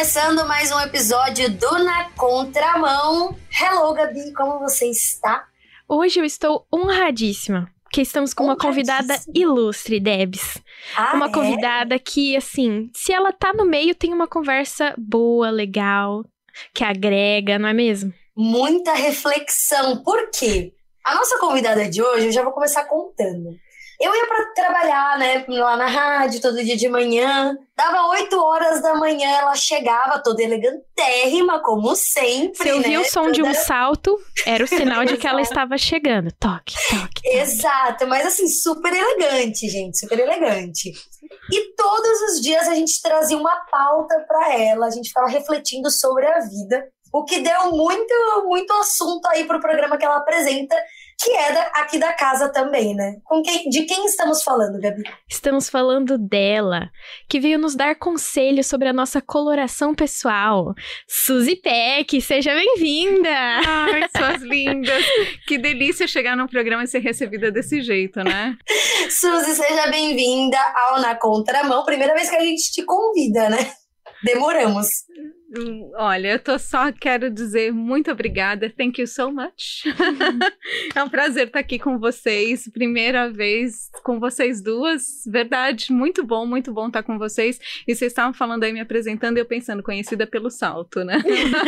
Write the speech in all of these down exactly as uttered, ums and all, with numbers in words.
Começando mais um episódio do Na Contramão. Hello, Gabi, como você está? Hoje eu estou honradíssima, porque estamos com uma convidada ilustre, Debs. Ah, uma é? convidada que, assim, se ela tá no meio, tem uma conversa boa, legal, que agrega, não é mesmo? Muita reflexão. Por quê? A nossa convidada de hoje, eu já vou começar contando. Eu ia pra trabalhar, né, lá na rádio, todo dia de manhã. Dava oito horas da manhã, ela chegava toda elegantérrima, como sempre, Se eu ouvir né? o som toda... de um salto, era o sinal de que ela estava chegando. Toque, toque, toque. Exato, mas assim, super elegante, gente, super elegante. E todos os dias a gente trazia uma pauta pra ela, a gente ficava refletindo sobre a vida, o que deu muito, muito assunto aí pro programa que ela apresenta, que é da, aqui da casa também, né? Com quem, de quem estamos falando, Gabi? Estamos falando dela, que veio nos dar conselhos sobre a nossa coloração pessoal. Suzy Peck, seja bem-vinda! Ai, suas lindas! Que delícia chegar num programa e ser recebida desse jeito, né? Suzy, seja bem-vinda ao Na Contramão. Primeira vez que a gente te convida, né? Demoramos. Olha, eu tô só quero dizer muito obrigada, thank you so much. É um prazer estar aqui com vocês, primeira vez com vocês duas, verdade, muito bom, muito bom estar com vocês. E vocês estavam falando aí, me apresentando, e eu pensando, conhecida pelo salto, né?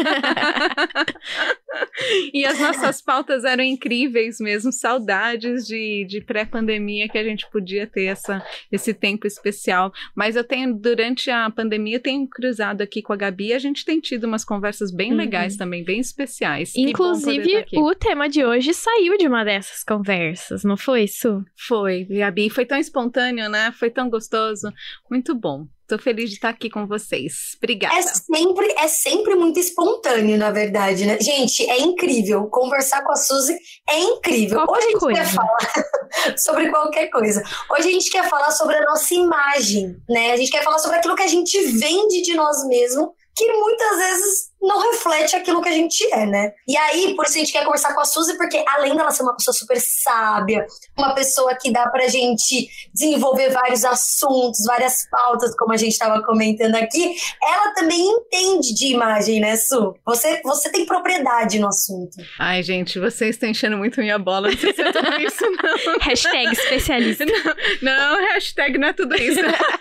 E as nossas pautas eram incríveis mesmo, saudades de, de pré-pandemia, que a gente podia ter essa, esse tempo especial. Mas eu tenho, durante a pandemia, eu tenho cruzado aqui com a Gabi, a gente A gente tem tido umas conversas bem legais uhum. também, bem especiais. Inclusive, o tema de hoje saiu de uma dessas conversas, não foi, Su? Foi, Gabi, foi tão espontâneo, né? Foi tão gostoso. Muito bom. Tô feliz de estar aqui com vocês. Obrigada. É sempre, é sempre muito espontâneo, na verdade, né? Gente, é incrível. Conversar com a Suzy é incrível. Qualquer Hoje a gente coisa. quer falar sobre qualquer coisa. Hoje a gente quer falar sobre a nossa imagem, né? A gente quer falar sobre aquilo que a gente vende de nós mesmos, que muitas vezes não reflete aquilo que a gente é, né? E aí, por isso a gente quer conversar com a Suzy, porque além dela ser uma pessoa super sábia, uma pessoa que dá pra gente desenvolver vários assuntos, várias pautas, como a gente estava comentando aqui, ela também entende de imagem, né, Su? Você, você tem propriedade no assunto. Ai, gente, vocês estão enchendo muito minha bola, não sei se é tudo isso, não. Hashtag especialista. Não, não, hashtag não é tudo isso.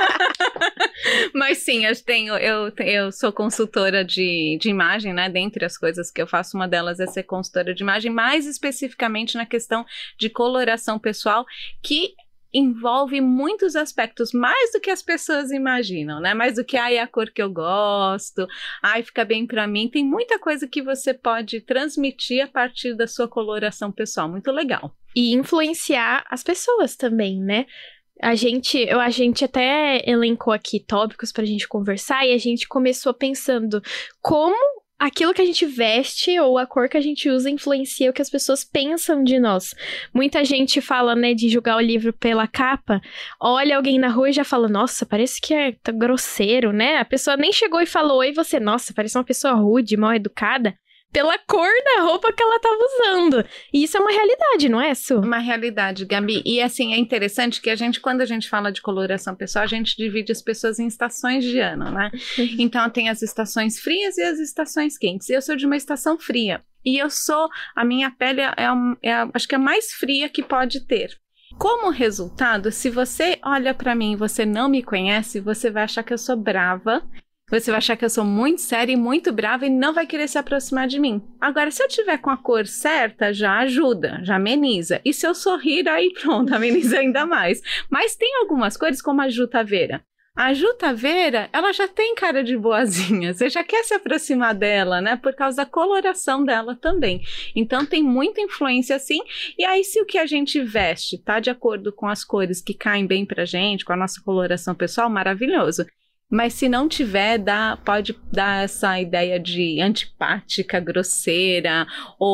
Mas sim, eu tenho, eu, eu sou consultora de, de imagem, né? Dentre as coisas que eu faço, uma delas é ser consultora de imagem, mais especificamente na questão de coloração pessoal, que envolve muitos aspectos, mais do que as pessoas imaginam, né? Mais do que, ai, a cor que eu gosto, ai, fica bem pra mim. Tem muita coisa que você pode transmitir a partir da sua coloração pessoal. Muito legal. E influenciar as pessoas também, né? A gente, a gente até elencou aqui tópicos pra gente conversar e a gente começou pensando como aquilo que a gente veste ou a cor que a gente usa influencia o que as pessoas pensam de nós. Muita gente fala, né, de julgar o livro pela capa. Olha alguém na rua e já fala, nossa, parece que é tá grosseiro, né? A pessoa nem chegou e falou, e você, nossa, parece uma pessoa rude, mal educada. Pela cor da roupa que ela tava usando. E isso é uma realidade, não é, Su? Uma realidade, Gabi. E assim, é interessante que a gente, quando a gente fala de coloração pessoal, a gente divide as pessoas em estações de ano, né? Então tem as estações frias e as estações quentes. Eu sou de uma estação fria. E eu sou, a minha pele é, é, é acho que é a mais fria que pode ter. Como resultado, se você olha pra mim e você não me conhece, você vai achar que eu sou brava. Você vai achar que eu sou muito séria e muito brava e não vai querer se aproximar de mim. Agora, se eu tiver com a cor certa, já ajuda, já ameniza. E se eu sorrir, aí pronto, ameniza ainda mais. Mas tem algumas cores, como a jutaveira. A jutaveira, ela já tem cara de boazinha. Você já quer se aproximar dela, né? Por causa da coloração dela também. Então, tem muita influência, sim. E aí, se o que a gente veste tá de acordo com as cores que caem bem pra gente, com a nossa coloração pessoal, maravilhoso. Mas se não tiver, dá, pode dar essa ideia de antipática, grosseira,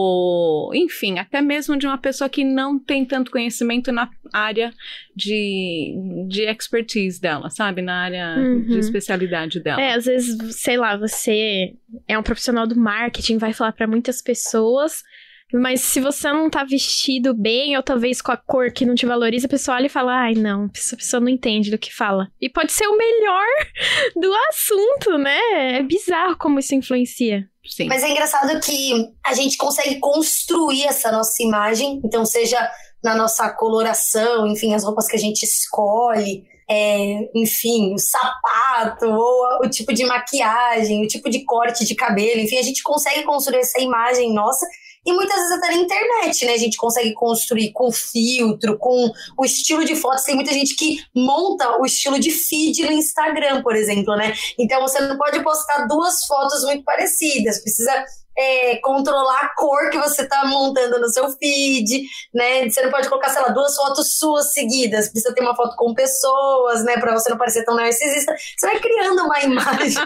ou, enfim, até mesmo de uma pessoa que não tem tanto conhecimento na área de, de expertise dela, sabe? Na área uhum. de especialidade dela. É, às vezes, sei lá, você é um profissional do marketing, vai falar para muitas pessoas, Mas se você não tá vestido bem, ou talvez com a cor que não te valoriza, a pessoa olha e fala, ai, não, essa pessoa não entende do que fala. E pode ser o melhor do assunto, né? É bizarro como isso influencia. Sim. Mas é engraçado que a gente consegue construir essa nossa imagem, então seja na nossa coloração, enfim, as roupas que a gente escolhe, é, enfim, o sapato, ou o tipo de maquiagem, o tipo de corte de cabelo, enfim, a gente consegue construir essa imagem nossa. E muitas vezes até na internet, né? A gente consegue construir com filtro, com o estilo de fotos. Tem muita gente que monta o estilo de feed no Instagram, por exemplo, né? Então você não pode postar duas fotos muito parecidas. Precisa é, controlar a cor que você tá montando no seu feed, né? Você não pode colocar, sei lá, duas fotos suas seguidas. Precisa ter uma foto com pessoas, né? Pra você não parecer tão narcisista. Você vai criando uma imagem.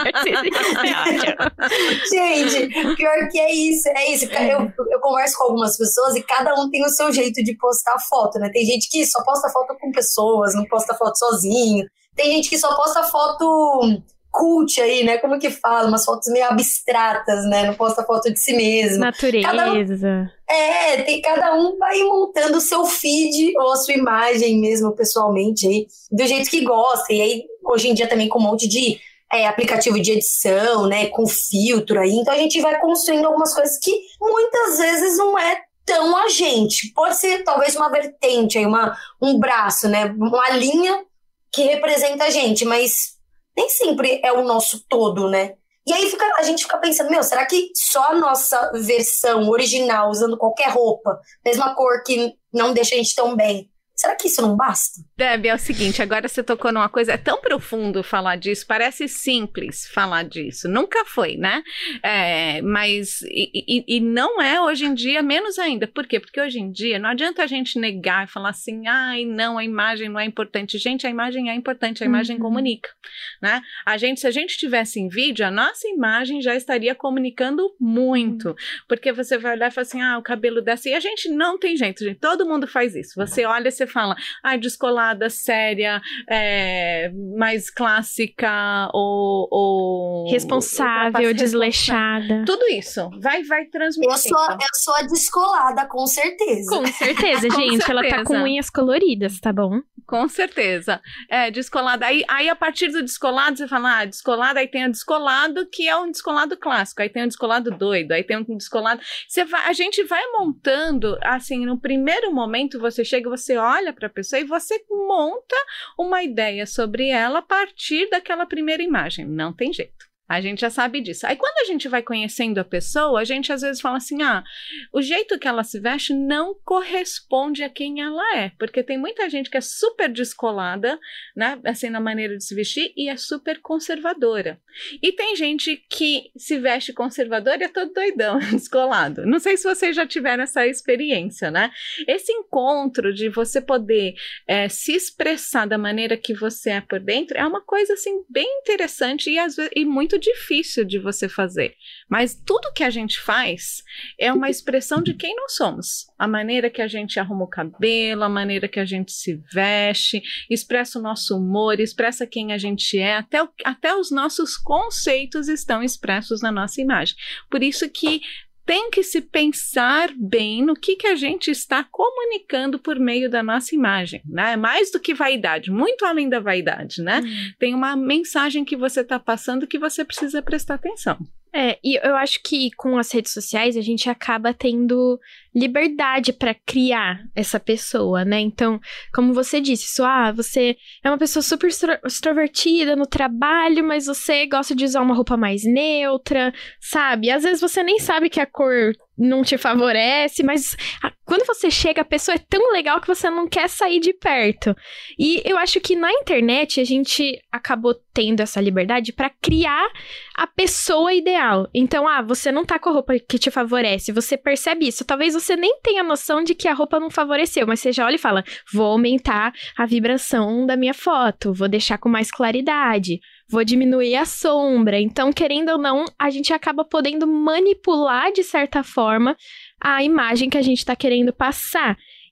Gente, pior que é isso, é isso. Eu, eu converso com algumas pessoas e cada um tem o seu jeito de postar foto, né? Tem gente que só posta foto com pessoas, não posta foto sozinho. Tem gente que só posta foto cult aí, né? Como que fala? Umas fotos meio abstratas, né? Não posta foto de si mesmo. Natureza. Cada um, é, tem, cada um vai montando o seu feed ou a sua imagem mesmo, pessoalmente, aí, do jeito que gosta. E aí, hoje em dia também com um monte de é, aplicativo de edição, né? Com filtro aí. Então a gente vai construindo algumas coisas que muitas vezes não é tão a gente. Pode ser talvez uma vertente aí, uma, um braço, né? Uma linha que representa a gente, mas nem sempre é o nosso todo, né? E aí fica, a gente fica pensando, meu, será que só a nossa versão original, usando qualquer roupa, mesma cor que não deixa a gente tão bem, será que isso não basta? Debbie, é o seguinte, agora você tocou numa coisa, é tão profundo falar disso, parece simples falar disso, nunca foi, né? É, mas, e, e, e não é hoje em dia, menos ainda. Por quê? Porque hoje em dia não adianta a gente negar e falar assim, ai, não, a imagem não é importante. Gente, a imagem é importante, a imagem uhum. comunica, né? A gente, se a gente tivesse em vídeo, a nossa imagem já estaria comunicando muito, uhum. porque você vai olhar e falar assim, ah, o cabelo dessa, e a gente não tem jeito, gente, todo mundo faz isso. Você olha, você fala, ai, descolada, séria, é, mais clássica ou, ou responsável, desleixada. Tudo isso vai, vai transmitir. Eu sou, eu sou a descolada, com certeza. Com certeza, com gente. certeza. Ela tá com unhas coloridas, tá bom? Com certeza. É, descolada. Aí, aí, a partir do descolado, você fala, ah, descolado, aí tem o descolado, que é um descolado clássico, aí tem o descolado doido, aí tem um descolado... Você vai, a gente vai montando, assim, no primeiro momento, você chega, você olha pra pessoa e você monta uma ideia sobre ela a partir daquela primeira imagem. Não tem jeito. A gente já sabe disso. Aí quando a gente vai conhecendo a pessoa, a gente às vezes fala assim, ah, o jeito que ela se veste não corresponde a quem ela é, porque tem muita gente que é super descolada, né, assim, na maneira de se vestir e é super conservadora. E tem gente que se veste conservador e é todo doidão, descolado. Não sei se vocês já tiveram essa experiência, né? Esse encontro de você poder é, se expressar da maneira que você é por dentro é uma coisa, assim, bem interessante e, às vezes, e muito difícil de você fazer, mas tudo que a gente faz é uma expressão de quem nós somos, a maneira que a gente arruma o cabelo, a maneira que a gente se veste, expressa o nosso humor, expressa quem a gente é, até, o, até os nossos conceitos estão expressos na nossa imagem, por isso que tem que se pensar bem no que, que a gente está comunicando por meio da nossa imagem, né? Mais do que vaidade, muito além da vaidade, né? Hum. Tem uma mensagem que você está passando que você precisa prestar atenção. É, e eu acho que com as redes sociais a gente acaba tendo liberdade para criar essa pessoa, né? Então, como você disse, isso, ah, você é uma pessoa super extrovertida no trabalho, mas você gosta de usar uma roupa mais neutra, sabe? Às vezes você nem sabe que a cor não te favorece, mas a, quando você chega, a pessoa é tão legal que você não quer sair de perto. E eu acho que na internet a gente acabou tendo essa liberdade para criar a pessoa ideal. Então, ah, você não tá com a roupa que te favorece, você percebe isso. Talvez você nem tenha noção de que a roupa não favoreceu, mas você já olha e fala, vou aumentar a vibração da minha foto, vou deixar com mais claridade, vou diminuir a sombra. Então, querendo ou não, a gente acaba podendo manipular, de certa forma, a imagem que a gente tá querendo passar.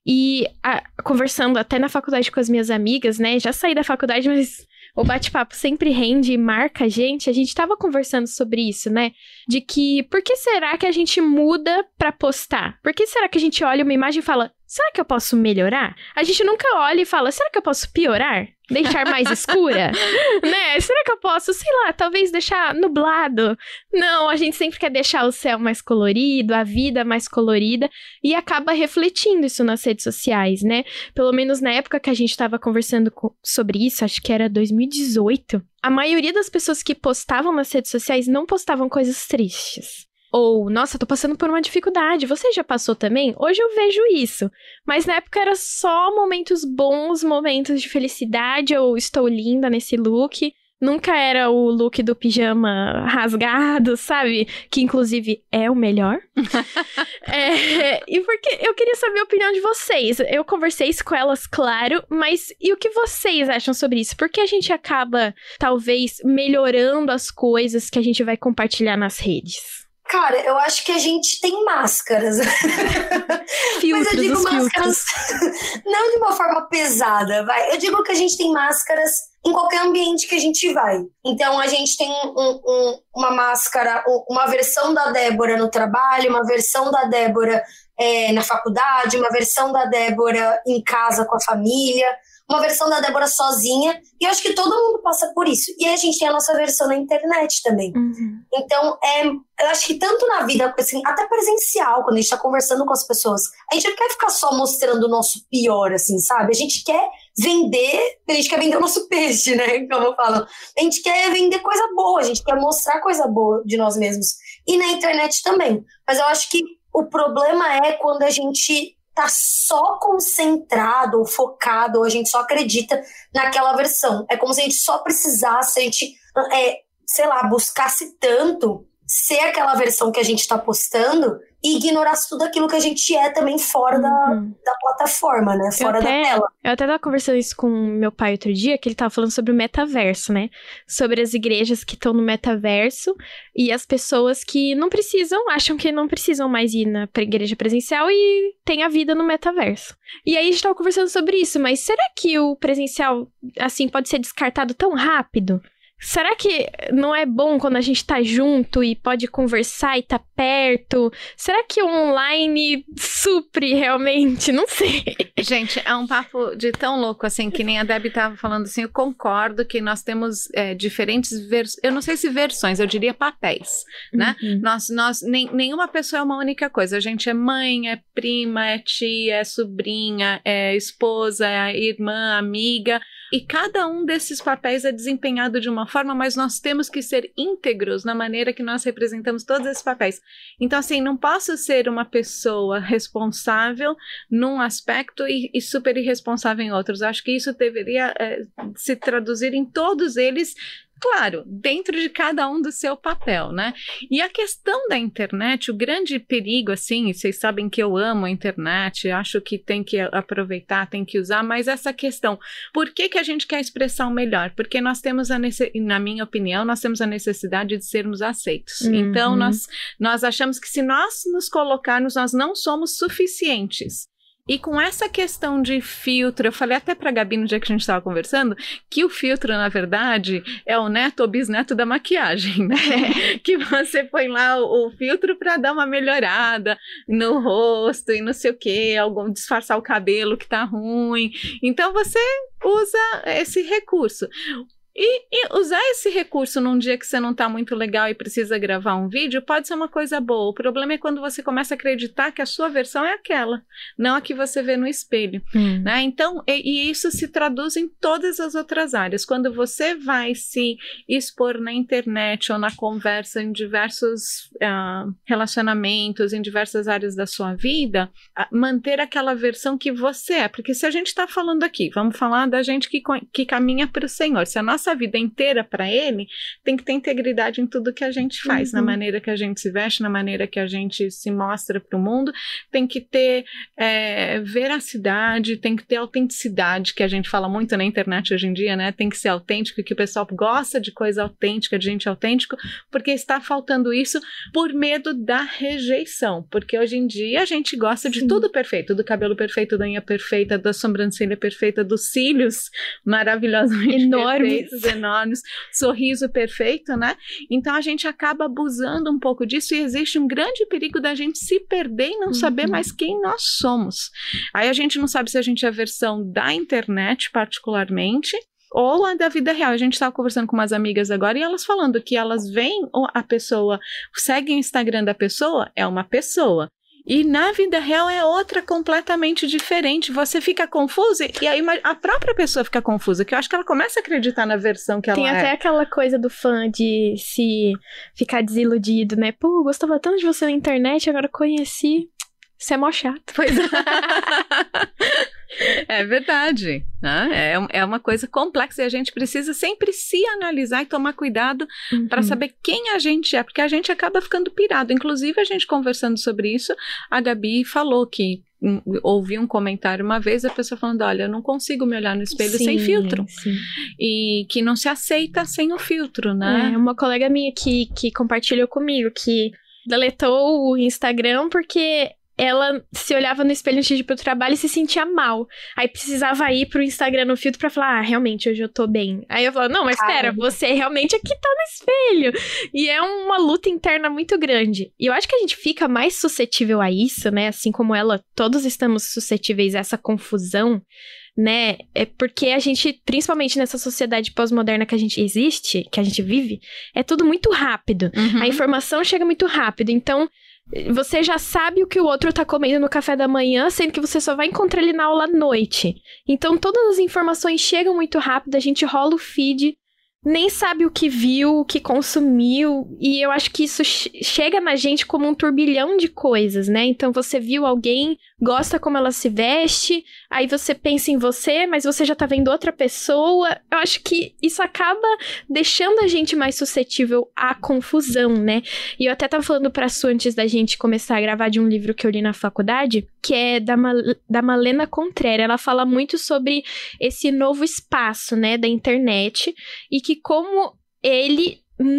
E a, conversando até na faculdade com as minhas amigas, né? Já saí da faculdade, mas o bate-papo sempre rende e marca a gente. A gente tava conversando sobre isso, né? De que, por que será que a gente muda pra postar? Por que será que a gente olha uma imagem e fala, será que eu posso melhorar? A gente nunca olha e fala, será que eu posso piorar? Deixar mais escura? Né? Será que eu posso, sei lá, talvez deixar nublado? Não, a gente sempre quer deixar o céu mais colorido, a vida mais colorida, e acaba refletindo isso nas redes sociais, né? Pelo menos na época que a gente tava conversando com, sobre isso, acho que era dois mil e dezoito, a maioria das pessoas que postavam nas redes sociais não postavam coisas tristes. Ou, nossa, tô passando por uma dificuldade, você já passou também? Hoje eu vejo isso. Mas na época era só momentos bons, momentos de felicidade, ou estou linda nesse look. Nunca era o look do pijama rasgado, sabe? Que inclusive é o melhor. é, e porque eu queria saber a opinião de vocês. Eu conversei isso com elas, claro, mas e o que vocês acham sobre isso? Por que a gente acaba, talvez, melhorando as coisas que a gente vai compartilhar nas redes? Cara, eu acho que a gente tem máscaras. Filtros, mas eu digo os máscaras filtros. Não de uma forma pesada, vai. Eu digo que a gente tem máscaras em qualquer ambiente que a gente vai. Então, a gente tem um, um, uma máscara, uma versão da Débora no trabalho, uma versão da Débora é, na faculdade, uma versão da Débora em casa com a família, uma versão da Débora sozinha, e eu acho que todo mundo passa por isso. E a gente tem a nossa versão na internet também. Uhum. Então, é, eu acho que tanto na vida, assim, até presencial, quando a gente tá conversando com as pessoas, a gente não quer ficar só mostrando o nosso pior, assim, sabe? A gente quer vender, a gente quer vender o nosso peixe, né? Como eu falo. A gente quer vender coisa boa, a gente quer mostrar coisa boa de nós mesmos. E na internet também. Mas eu acho que o problema é quando a gente tá só concentrado ou focado, ou a gente só acredita naquela versão. É como se a gente só precisasse, a gente, é, sei lá, buscasse tanto ser aquela versão que a gente tá postando e ignorasse tudo aquilo que a gente é também fora uhum. da, da plataforma, né? Fora até, da tela. Eu até tava conversando isso com meu pai outro dia, que ele tava falando sobre o metaverso, né? Sobre as igrejas que estão no metaverso e as pessoas que não precisam, acham que não precisam mais ir na igreja presencial e tem a vida no metaverso. E aí a gente tava conversando sobre isso, mas será que o presencial, assim, pode ser descartado tão rápido? Será que não é bom quando a gente tá junto e pode conversar e tá perto? Será que o online supre realmente? Não sei. Gente, é um papo de tão louco, assim, que nem a Debbie tava falando, assim, eu concordo que nós temos é, diferentes versões, eu não sei se versões, eu diria papéis, né? Uhum. Nós, nós, nem, nenhuma pessoa é uma única coisa, a gente é mãe, é prima, é tia, é sobrinha, é esposa, é irmã, amiga, e cada um desses papéis é desempenhado de uma forma, mas nós temos que ser íntegros na maneira que nós representamos todos esses papéis. Então, assim, não posso ser uma pessoa responsável num aspecto e, e super irresponsável em outros. Acho que isso deveria é, se traduzir em todos eles, claro, dentro de cada um do seu papel, né? E a questão da internet, o grande perigo, assim, vocês sabem que eu amo a internet, acho que tem que aproveitar, tem que usar, mas essa questão, por que que a gente quer expressar o melhor? Porque nós temos, a nece- na minha opinião, nós temos a necessidade de sermos aceitos. Uhum. Então, nós, nós achamos que se nós nos colocarmos, nós não somos suficientes. E com essa questão de filtro, eu falei até pra Gabi no dia que a gente estava conversando, que o filtro, na verdade, é o neto ou bisneto da maquiagem, né? Que você põe lá o, o filtro pra dar uma melhorada no rosto e não sei o quê, algum, disfarçar o cabelo que tá ruim. Então, você usa esse recurso. E, e usar esse recurso num dia que você não tá muito legal e precisa gravar um vídeo pode ser uma coisa boa. O problema é quando você começa a acreditar que a sua versão é aquela, não a que você vê no espelho, hum. né? Então, e, e isso se traduz em todas as outras áreas. Quando você vai se expor na internet ou na conversa em diversos uh, relacionamentos, em diversas áreas da sua vida, uh, manter aquela versão que você é. Porque se a gente tá falando aqui, vamos falar da gente que, que caminha para o Senhor. Se a nossa nossa vida inteira para ele, tem que ter integridade em tudo que a gente faz, uhum. na maneira que a gente se veste, na maneira que a gente se mostra para o mundo, tem que ter é, veracidade, tem que ter autenticidade, que a gente fala muito na internet hoje em dia, né? Tem que ser autêntico, que o pessoal gosta de coisa autêntica, de gente autêntica, porque está faltando isso por medo da rejeição, porque hoje em dia a gente gosta de Sim. tudo perfeito, do cabelo perfeito, da unha perfeita, da sobrancelha perfeita, dos cílios maravilhosamente enormes. perfeitos, enormes, sorriso perfeito, né? Então a gente acaba abusando um pouco disso e existe um grande perigo da gente se perder e não uhum. saber mais quem nós somos. Aí a gente não sabe se a gente é a versão da internet particularmente, ou a da vida real. A gente estava conversando com umas amigas agora e elas falando que elas veem a pessoa, seguem o Instagram da pessoa, é uma pessoa. E na vida real é outra completamente diferente. Você fica confusa e aí a própria pessoa fica confusa, que eu acho que ela começa a acreditar na versão que ela é. Tem até aquela coisa do fã de se ficar desiludido, né? Pô, eu gostava tanto de você na internet, agora conheci... Isso é mó chato. Pois é. É verdade, né? É, é uma coisa complexa e a gente precisa sempre se analisar e tomar cuidado uhum. para saber quem a gente é, porque a gente acaba ficando pirado. Inclusive, a gente conversando sobre isso, a Gabi falou que um, ouvi um comentário uma vez, a pessoa falando, olha, eu não consigo me olhar no espelho sim, sem filtro. Sim. E que não se aceita sem o filtro, né? É, uma colega minha que, que compartilhou comigo que deletou o Instagram porque... ela se olhava no espelho antes de ir pro trabalho e se sentia mal. Aí precisava ir pro Instagram no filtro pra falar, ah, realmente, hoje eu tô bem. Aí eu falava, não, mas espera, você realmente aqui tá no espelho. E é uma luta interna muito grande. E eu acho que a gente fica mais suscetível a isso, né? Assim como ela, todos estamos suscetíveis a essa confusão, né? É porque a gente, principalmente nessa sociedade pós-moderna que a gente existe, que a gente vive, é tudo muito rápido. Uhum. A informação chega muito rápido. Então, você já sabe o que o outro tá comendo no café da manhã, sendo que você só vai encontrar ele na aula à noite. Então, todas as informações chegam muito rápido, a gente rola o feed, nem sabe o que viu, o que consumiu, e eu acho que isso chega na gente como um turbilhão de coisas, né? Então, você viu alguém, gosta como ela se veste, aí você pensa em você, mas você já tá vendo outra pessoa. Eu acho que isso acaba deixando a gente mais suscetível à confusão, né? E eu até tava falando pra Su antes da gente começar a gravar de um livro que eu li na faculdade, que é da, Mal- da Malena Contreira. Ela fala muito sobre esse novo espaço, né, da internet, e que como ele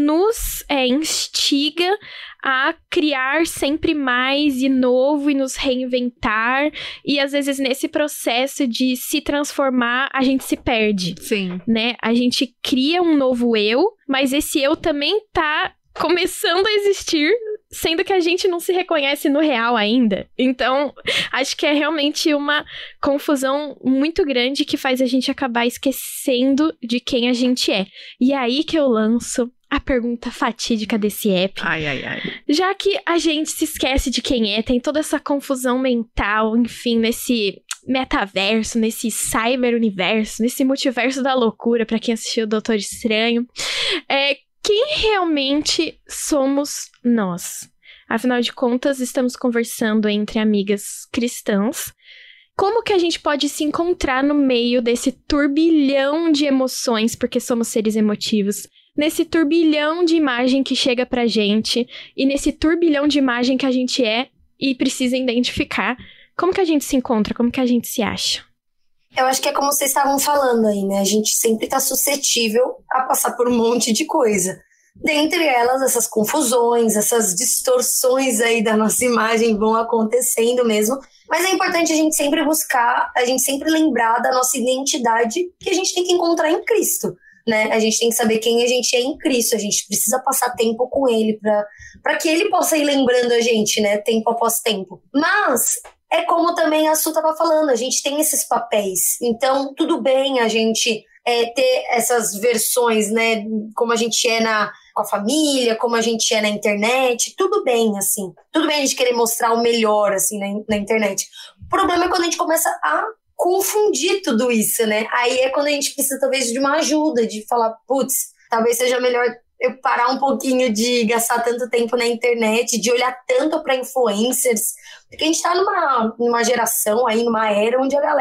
nos é, instiga a criar sempre mais e novo e nos reinventar, e às vezes nesse processo de se transformar a gente se perde. Sim. Né? A gente cria um novo eu, mas esse eu também tá começando a existir, sendo que a gente não se reconhece no real ainda. Então, acho que é realmente uma confusão muito grande que faz a gente acabar esquecendo de quem a gente é. E é aí que eu lanço a pergunta fatídica desse app. Ai, ai, ai. Já que a gente se esquece de quem é, tem toda essa confusão mental, enfim, nesse metaverso, nesse cyber-universo, nesse multiverso da loucura, pra quem assistiu o Doutor Estranho, é... quem realmente somos nós? Afinal de contas, estamos conversando entre amigas cristãs. Como que a gente pode se encontrar no meio desse turbilhão de emoções, porque somos seres emotivos, nesse turbilhão de imagem que chega pra gente, e nesse turbilhão de imagem que a gente é e precisa identificar? Como que a gente se encontra? Como que a gente se acha? Eu acho que é como vocês estavam falando aí, né? A gente sempre tá suscetível a passar por um monte de coisa. Dentre elas, essas confusões, essas distorções aí da nossa imagem vão acontecendo mesmo. Mas é importante a gente sempre buscar, a gente sempre lembrar da nossa identidade que a gente tem que encontrar em Cristo, né? A gente tem que saber quem a gente é em Cristo. A gente precisa passar tempo com Ele para para que Ele possa ir lembrando a gente, né? Tempo após tempo. Mas... é como também a Su estava falando, a gente tem esses papéis. Então, tudo bem a gente é, ter essas versões, né? Como a gente é na, com a família, como a gente é na internet. Tudo bem, assim. Tudo bem a gente querer mostrar o melhor, assim, na, na internet. O problema é quando a gente começa a confundir tudo isso, né? Aí é quando a gente precisa, talvez, de uma ajuda, de falar, putz, talvez seja melhor eu parar um pouquinho de gastar tanto tempo na internet, de olhar tanto para influencers, porque a gente tá numa, numa geração aí, numa era onde a galera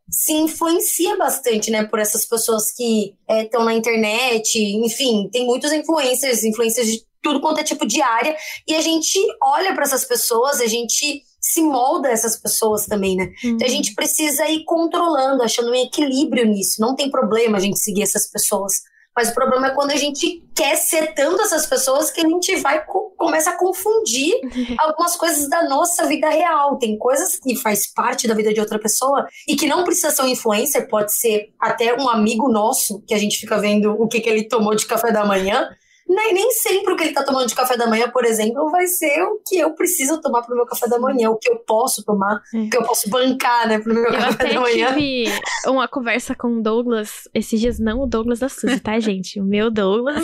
se influencia bastante, né, por essas pessoas que estão é, na internet, enfim, tem muitos influencers, influencers de tudo quanto é tipo de área, e a gente olha para essas pessoas, a gente se molda essas pessoas também, né? Uhum. Então a gente precisa ir controlando, achando um equilíbrio nisso. Não tem problema a gente seguir essas pessoas, mas o problema é quando a gente quer ser tanto essas pessoas que a gente vai começa a confundir uhum. algumas coisas da nossa vida real. Tem coisas que faz parte da vida de outra pessoa e que não precisa ser um influencer, pode ser até um amigo nosso, que a gente fica vendo o que, que ele tomou de café da manhã. Nem, nem sempre o que ele está tomando de café da manhã, por exemplo, vai ser o que eu preciso tomar para o meu café da manhã, o que eu posso tomar, é. o que eu posso bancar, né, para o meu eu café da manhã. Eu tive uma conversa com o Douglas, esses dias, não o Douglas da Suzy, tá, gente? O meu Douglas.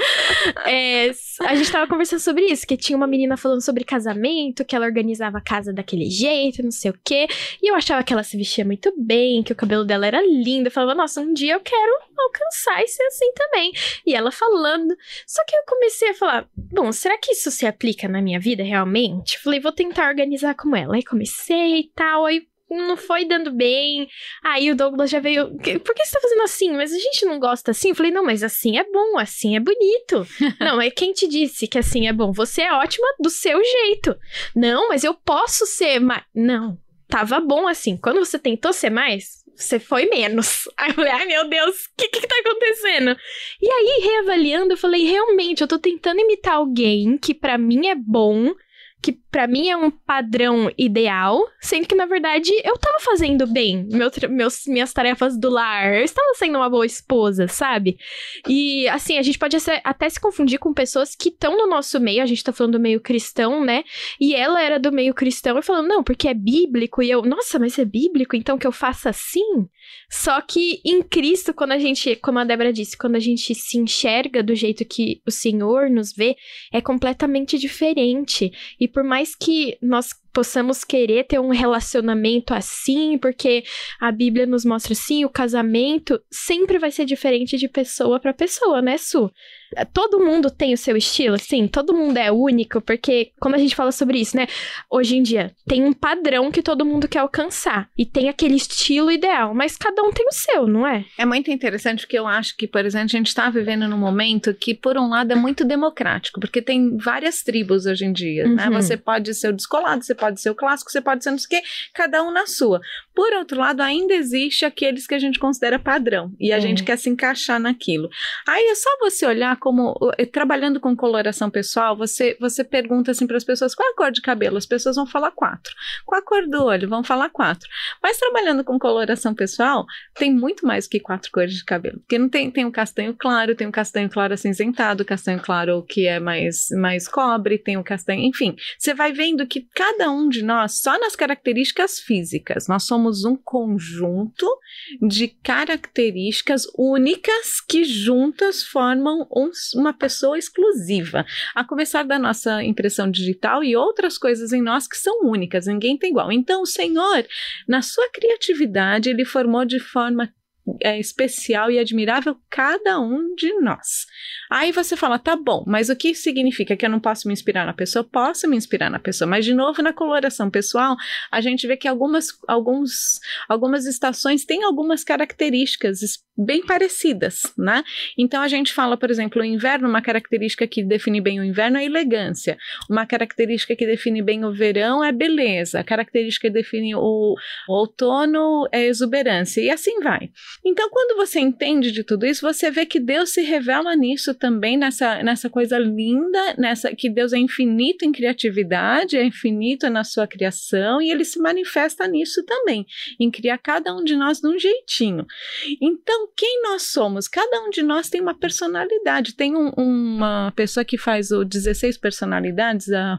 É, a gente tava conversando sobre isso, que tinha uma menina falando sobre casamento, que ela organizava a casa daquele jeito, não sei o quê, e eu achava que ela se vestia muito bem, que o cabelo dela era lindo, eu falava, nossa, um dia eu quero alcançar e ser assim também. E ela falando... Só que eu comecei a falar, bom, será que isso se aplica na minha vida realmente? Falei, vou tentar organizar como ela. Aí comecei e tal, aí não foi dando bem. Aí o Douglas já veio, por que você tá fazendo assim? Mas a gente não gosta assim? Eu falei, não, mas assim é bom, assim é bonito. Não, é quem te disse que assim é bom? Você é ótima do seu jeito. Não, mas eu posso ser mais... Não, tava bom assim. Quando você tentou ser mais... Você foi menos. Aí eu falei, ai meu Deus, o que que tá acontecendo? E aí, reavaliando, eu falei, realmente, eu tô tentando imitar alguém que pra mim é bom, que pra mim é um padrão ideal, sendo que, na verdade, eu tava fazendo bem meu, meus, minhas tarefas do lar, eu estava sendo uma boa esposa, sabe? E, assim, a gente pode até se confundir com pessoas que estão no nosso meio, a gente tá falando do meio cristão, né? E ela era do meio cristão e falando, não, porque é bíblico, e eu, nossa, mas é bíblico, então que eu faça assim? Só que em Cristo, quando a gente, como a Débora disse, quando a gente se enxerga do jeito que o Senhor nos vê, é completamente diferente. E por mais que nós possamos querer ter um relacionamento assim, porque a Bíblia nos mostra assim, o casamento sempre vai ser diferente de pessoa para pessoa, né, Su? Todo mundo tem o seu estilo, sim, todo mundo é único, porque quando a gente fala sobre isso, né, hoje em dia tem um padrão que todo mundo quer alcançar, e tem aquele estilo ideal, mas cada um tem o seu, não é? É muito interessante porque eu acho que, por exemplo, a gente está vivendo num momento que, por um lado, é muito democrático, porque tem várias tribos hoje em dia, uhum. né, você pode ser o descolado, você pode ser o clássico, você pode ser não sei o quê, cada um na sua. Por outro lado, ainda existe aqueles que a gente considera padrão, e a é. gente quer se encaixar naquilo. Aí é só você olhar como, trabalhando com coloração pessoal, você, você pergunta assim para as pessoas, qual é a cor de cabelo? As pessoas vão falar quatro. Qual a cor do olho? Vão falar quatro. Mas trabalhando com coloração pessoal, tem muito mais que quatro cores de cabelo, porque não tem, tem um castanho claro, tem um castanho claro acinzentado, castanho claro que é mais, mais cobre, tem um castanho, enfim, você vai vendo que cada um de nós, só nas características físicas, nós somos um conjunto de características únicas que juntas formam um, uma pessoa exclusiva, a começar da nossa impressão digital e outras coisas em nós que são únicas, ninguém tem igual. Então o Senhor, na sua criatividade, ele formou de forma É especial e admirável cada um de nós. Aí você fala, tá bom, mas o que significa que eu não posso me inspirar na pessoa? Eu posso me inspirar na pessoa, mas de novo na coloração pessoal, a gente vê que algumas, alguns, algumas estações têm algumas características bem parecidas, né? Então a gente fala, por exemplo, o inverno, uma característica que define bem o inverno é elegância, uma característica que define bem o verão é beleza, a característica que define o, o outono é exuberância, e assim vai. Então, quando você entende de tudo isso, você vê que Deus se revela nisso também, nessa, nessa coisa linda, nessa, que Deus é infinito em criatividade, é infinito na sua criação, e ele se manifesta nisso também, em criar cada um de nós de um jeitinho. Então, quem nós somos? Cada um de nós tem uma personalidade. Tem um, uma pessoa que faz o dezesseis personalidades, a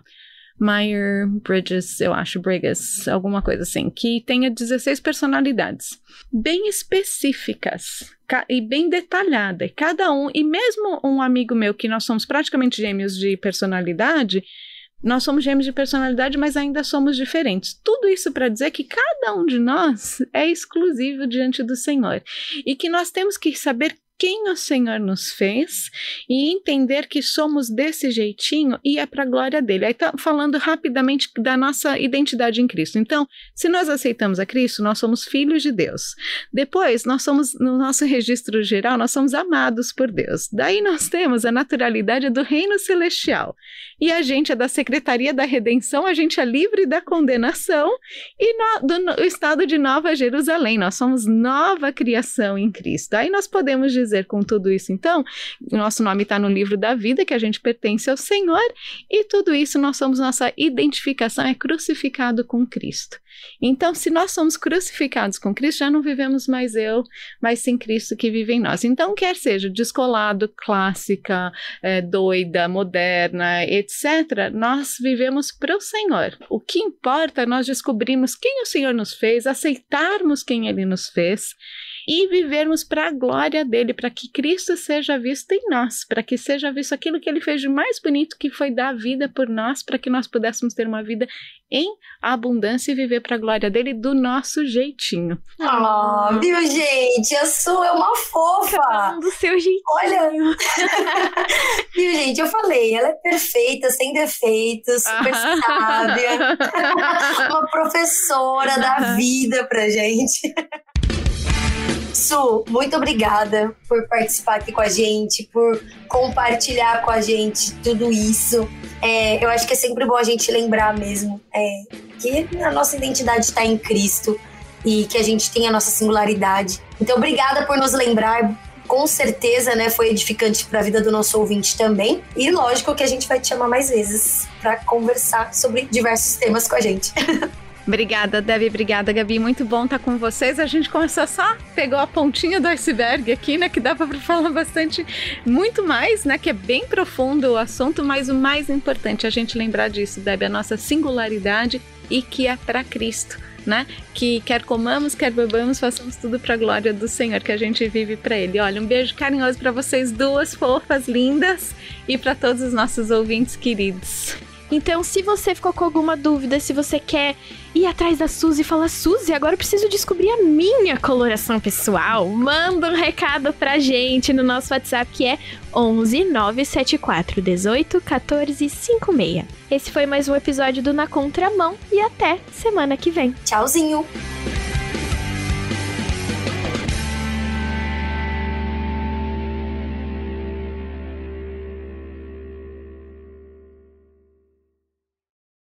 Meyer Bridges, eu acho, Bridges, alguma coisa assim, que tenha dezesseis personalidades bem específicas e bem detalhada, cada um, e mesmo um amigo meu que nós somos praticamente gêmeos de personalidade, nós somos gêmeos de personalidade, mas ainda somos diferentes. Tudo isso para dizer que cada um de nós é exclusivo diante do Senhor e que nós temos que saber quem o Senhor nos fez e entender que somos desse jeitinho e é para a glória dele. Aí tá falando rapidamente da nossa identidade em Cristo. Então, se nós aceitamos a Cristo, nós somos filhos de Deus. Depois, nós somos, no nosso registro geral, nós somos amados por Deus. Daí nós temos a naturalidade do reino celestial. E a gente é da Secretaria da Redenção, a gente é livre da condenação e no, do no, estado de Nova Jerusalém. Nós somos nova criação em Cristo. Aí nós podemos dizer com tudo isso, então, nosso nome está no livro da vida, que a gente pertence ao Senhor, e tudo isso nós somos, nossa identificação é crucificado com Cristo. Então, se nós somos crucificados com Cristo, já não vivemos mais eu, mas sim Cristo que vive em nós. Então, quer seja descolado, clássica, é, doida, moderna, etcétera, nós vivemos para o Senhor. O que importa é nós descobrirmos quem o Senhor nos fez, aceitarmos quem Ele nos fez, e vivermos para a glória dele, para que Cristo seja visto em nós, para que seja visto aquilo que ele fez de mais bonito, que foi dar vida por nós, para que nós pudéssemos ter uma vida em abundância e viver para a glória dele do nosso jeitinho. Oh, viu, gente? A Su é uma fofa. Do seu jeitinho. Olha, viu, gente? Eu falei, ela é perfeita, sem defeitos, super sábia, uma professora da vida pra gente. Su, muito obrigada por participar aqui com a gente, por compartilhar com a gente tudo isso. É, eu acho que é sempre bom a gente lembrar mesmo é, que a nossa identidade está em Cristo e que a gente tem a nossa singularidade. Então, obrigada por nos lembrar. Com certeza, né, foi edificante para a vida do nosso ouvinte também. E lógico que a gente vai te chamar mais vezes para conversar sobre diversos temas com a gente. Obrigada, Debbie, obrigada, Gabi, muito bom estar com vocês. A gente começou só, pegou a pontinha do iceberg aqui, né, que dá para falar bastante, muito mais, né, que é bem profundo o assunto, mas o mais importante é a gente lembrar disso, Debbie, a nossa singularidade e que é para Cristo, né, que quer comamos, quer bebamos, façamos tudo para a glória do Senhor, que a gente vive para Ele. Olha, um beijo carinhoso para vocês duas fofas, lindas, e para todos os nossos ouvintes queridos. Então, se você ficou com alguma dúvida, se você quer ir atrás da Suzy e falar, Suzy, agora eu preciso descobrir a minha coloração pessoal, manda um recado pra gente no nosso WhatsApp, que é onze nove sete quatro dezoito quatorze cinquenta e seis. Esse foi mais um episódio do Na Contramão e até semana que vem. Tchauzinho!